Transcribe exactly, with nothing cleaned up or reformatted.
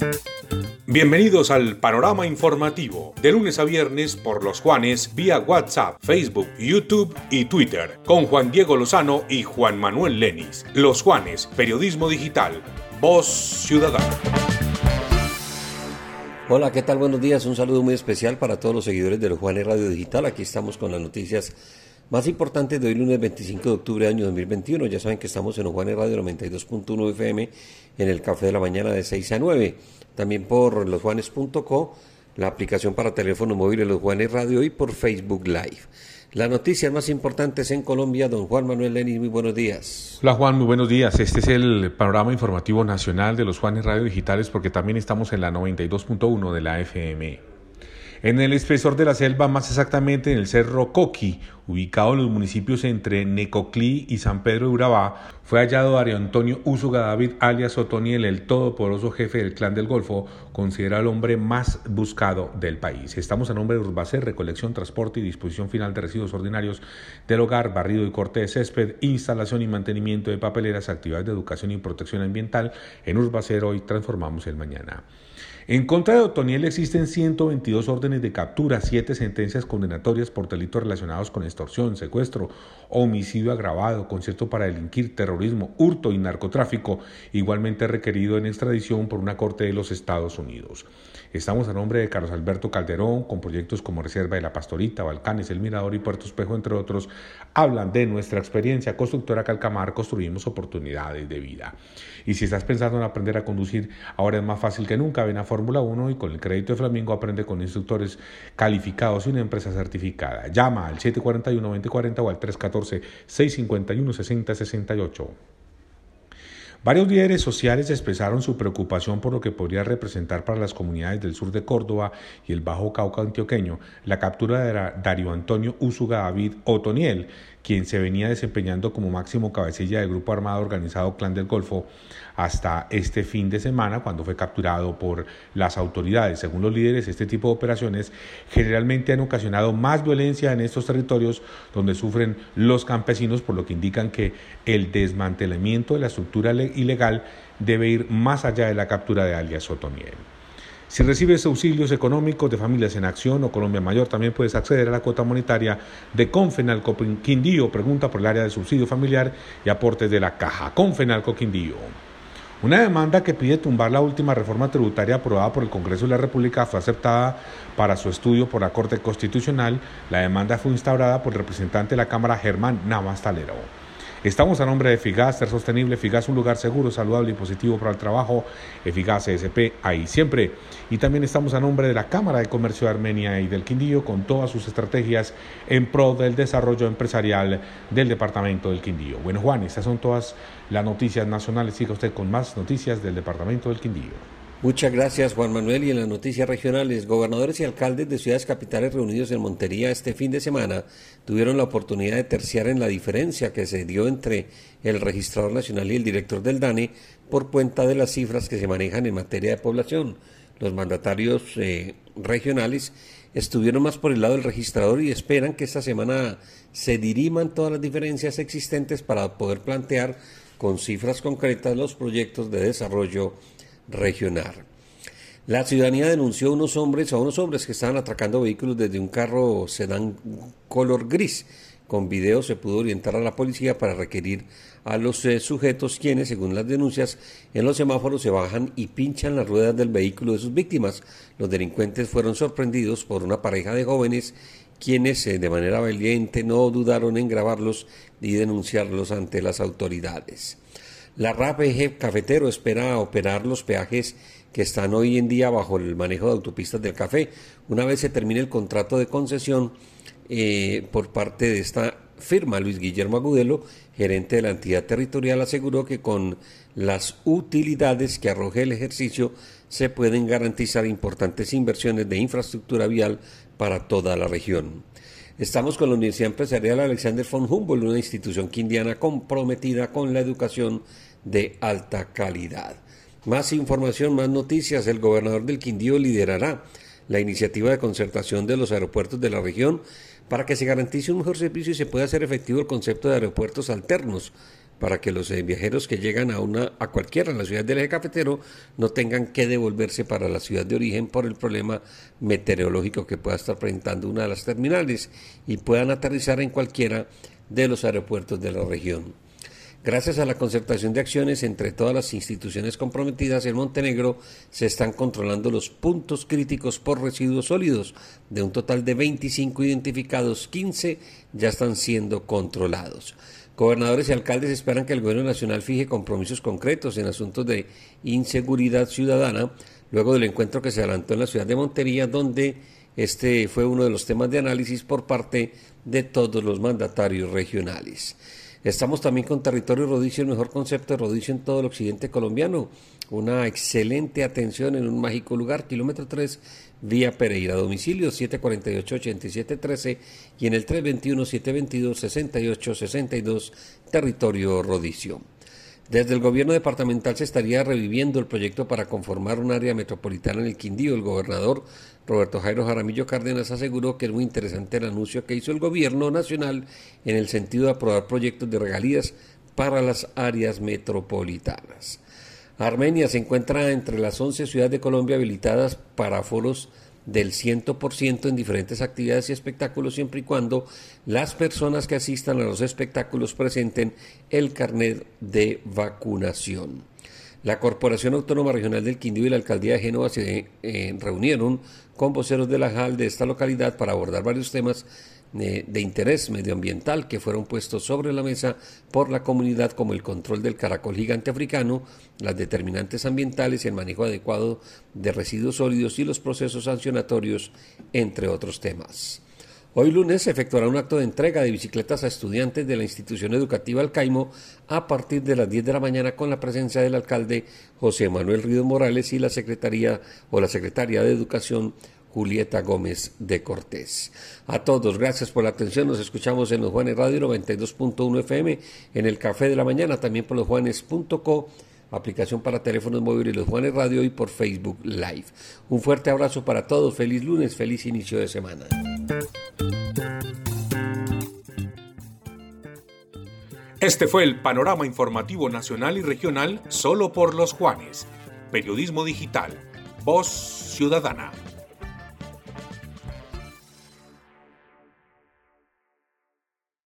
Bienvenidos al panorama informativo, de lunes a viernes por Los Juanes, vía WhatsApp, Facebook, YouTube y Twitter, con Juan Diego Lozano y Juan Manuel Lenis. Los Juanes, periodismo digital, voz ciudadana. Hola, ¿qué tal? Buenos días, un saludo muy especial para todos los seguidores de Los Juanes Radio Digital. Aquí estamos con las noticias más importantes de hoy, lunes veinticinco de octubre del año dos mil veintiuno. Ya saben que estamos en Los Juanes Radio noventa y dos punto uno F M, en el Café de la Mañana de seis a nueve. También por losjuanes punto co, la aplicación para teléfonos móviles Los Juanes Radio y por Facebook Live. Las noticias más importantes en Colombia, don Juan Manuel Lenis, muy buenos días. Hola Juan, muy buenos días. Este es el panorama informativo nacional de Los Juanes Radio Digitales, porque también estamos en la noventa y dos punto uno de la F M. En el espesor de la selva, más exactamente en el Cerro Coqui, ubicado en los municipios entre Necoclí y San Pedro de Urabá, fue hallado Darío Antonio Úsuga David, alias Otoniel, el todopoderoso jefe del Clan del Golfo, considerado el hombre más buscado del país. Estamos a nombre de Urbacer, recolección, transporte y disposición final de residuos ordinarios del hogar, barrido y corte de césped, instalación y mantenimiento de papeleras, actividades de educación y protección ambiental. En Urbacer hoy transformamos el mañana. En contra de Otoniel existen ciento veintidós órdenes de captura, siete sentencias condenatorias por delitos relacionados con extorsión, secuestro, homicidio agravado, concierto para delinquir, terrorismo, hurto y narcotráfico, igualmente requerido en extradición por una corte de los Estados Unidos. Estamos a nombre de Carlos Alberto Calderón, con proyectos como Reserva de la Pastorita, Balcanes, El Mirador y Puerto Espejo, entre otros. Hablan de nuestra experiencia. Constructora Calcamar, construimos oportunidades de vida. Y si estás pensando en aprender a conducir, ahora es más fácil que nunca. Ven a Fórmula uno y con el crédito de Flamingo aprende con instructores calificados y una empresa certificada. Llama al siete cuatro uno, dos cero cuatro cero o al tres uno cuatro, seis cinco uno, seis cero seis ocho. Varios líderes sociales expresaron su preocupación por lo que podría representar para las comunidades del sur de Córdoba y el Bajo Cauca antioqueño la captura de Darío Antonio Úsuga David Otoniel, quien se venía desempeñando como máximo cabecilla del grupo armado organizado Clan del Golfo hasta este fin de semana, cuando fue capturado por las autoridades. Según los líderes, este tipo de operaciones generalmente han ocasionado más violencia en estos territorios donde sufren los campesinos, por lo que indican que el desmantelamiento de la estructura ilegal debe ir más allá de la captura de alias Otoniel. Si recibes auxilios económicos de Familias en Acción o Colombia Mayor, también puedes acceder a la cuota monetaria de Quindío. Pregunta por el área de subsidio familiar y aportes de la Caja. Confenalco Quindío. Una demanda que pide tumbar la última reforma tributaria aprobada por el Congreso de la República fue aceptada para su estudio por la Corte Constitucional. La demanda fue instaurada por el representante de la Cámara, Germán Navas Talero. Estamos a nombre de Figas, Ser Sostenible. Figas, un lugar seguro, saludable y positivo para el trabajo. Figas E S P, ahí siempre. Y también estamos a nombre de la Cámara de Comercio de Armenia y del Quindío, con todas sus estrategias en pro del desarrollo empresarial del departamento del Quindío. Bueno, Juan, estas son todas las noticias nacionales. Siga usted con más noticias del departamento del Quindío. Muchas gracias, Juan Manuel. Y en las noticias regionales, gobernadores y alcaldes de ciudades capitales reunidos en Montería este fin de semana tuvieron la oportunidad de terciar en la diferencia que se dio entre el registrador nacional y el director del DANE por cuenta de las cifras que se manejan en materia de población. Los mandatarios eh, regionales estuvieron más por el lado del registrador y esperan que esta semana se diriman todas las diferencias existentes para poder plantear con cifras concretas los proyectos de desarrollo regional. La ciudadanía denunció a unos hombres, a unos hombres que estaban atracando vehículos desde un carro sedán color gris. Con video se pudo orientar a la policía para requerir a los eh, sujetos quienes, según las denuncias, en los semáforos se bajan y pinchan las ruedas del vehículo de sus víctimas. Los delincuentes fueron sorprendidos por una pareja de jóvenes quienes eh, de manera valiente no dudaron en grabarlos y denunciarlos ante las autoridades. La R A P Eje Cafetero espera operar los peajes que están hoy en día bajo el manejo de autopistas del café. Una vez se termine el contrato de concesión eh, por parte de esta firma, Luis Guillermo Agudelo, gerente de la entidad territorial, aseguró que con las utilidades que arroje el ejercicio se pueden garantizar importantes inversiones de infraestructura vial para toda la región. Estamos con la Universidad Empresarial Alexander von Humboldt, una institución quindiana comprometida con la educación de alta calidad. Más información, más noticias. El gobernador del Quindío liderará la iniciativa de concertación de los aeropuertos de la región para que se garantice un mejor servicio y se pueda hacer efectivo el concepto de aeropuertos alternos. para que los eh, viajeros que llegan a una a cualquiera en la ciudad del eje cafetero no tengan que devolverse para la ciudad de origen por el problema meteorológico que pueda estar presentando una de las terminales y puedan aterrizar en cualquiera de los aeropuertos de la región. Gracias a la concertación de acciones entre todas las instituciones comprometidas en Montenegro, se están controlando los puntos críticos por residuos sólidos. De un total de veinticinco identificados, quince ya están siendo controlados. Gobernadores y alcaldes esperan que el gobierno nacional fije compromisos concretos en asuntos de inseguridad ciudadana, luego del encuentro que se adelantó en la ciudad de Montería, donde este fue uno de los temas de análisis por parte de todos los mandatarios regionales. Estamos también con Territorio Rodicio, el mejor concepto de rodicio en todo el occidente colombiano. Una excelente atención en un mágico lugar, kilómetro tres, vía Pereira. Domicilio siete cuatro ocho, ocho siete uno tres y en el tres dos uno, siete dos dos, seis ocho seis dos, Territorio Rodicio. Desde el gobierno departamental se estaría reviviendo el proyecto para conformar un área metropolitana en el Quindío. El gobernador Roberto Jairo Jaramillo Cárdenas aseguró que es muy interesante el anuncio que hizo el gobierno nacional en el sentido de aprobar proyectos de regalías para las áreas metropolitanas. Armenia se encuentra entre las once ciudades de Colombia habilitadas para aforos del cien por ciento en diferentes actividades y espectáculos, siempre y cuando las personas que asistan a los espectáculos presenten el carnet de vacunación. La Corporación Autónoma Regional del Quindío y la Alcaldía de Génova se eh, reunieron con voceros de la J A L de esta localidad para abordar varios temas eh, de interés medioambiental que fueron puestos sobre la mesa por la comunidad, como el control del caracol gigante africano, las determinantes ambientales y el manejo adecuado de residuos sólidos y los procesos sancionatorios, entre otros temas. Hoy lunes se efectuará un acto de entrega de bicicletas a estudiantes de la institución educativa El Caimo a partir de las diez de la mañana con la presencia del alcalde José Manuel Ríos Morales y la secretaría o la secretaria de Educación Julieta Gómez de Cortés. A todos, gracias por la atención. Nos escuchamos en Los Juanes Radio noventa y dos punto uno F M, en el Café de la Mañana, también por losjuanes punto co, aplicación para teléfonos móviles Los Juanes Radio y por Facebook Live. Un fuerte abrazo para todos. Feliz lunes, feliz inicio de semana. Este fue el panorama informativo nacional y regional solo por Los Juanes. Periodismo digital. Voz Ciudadana.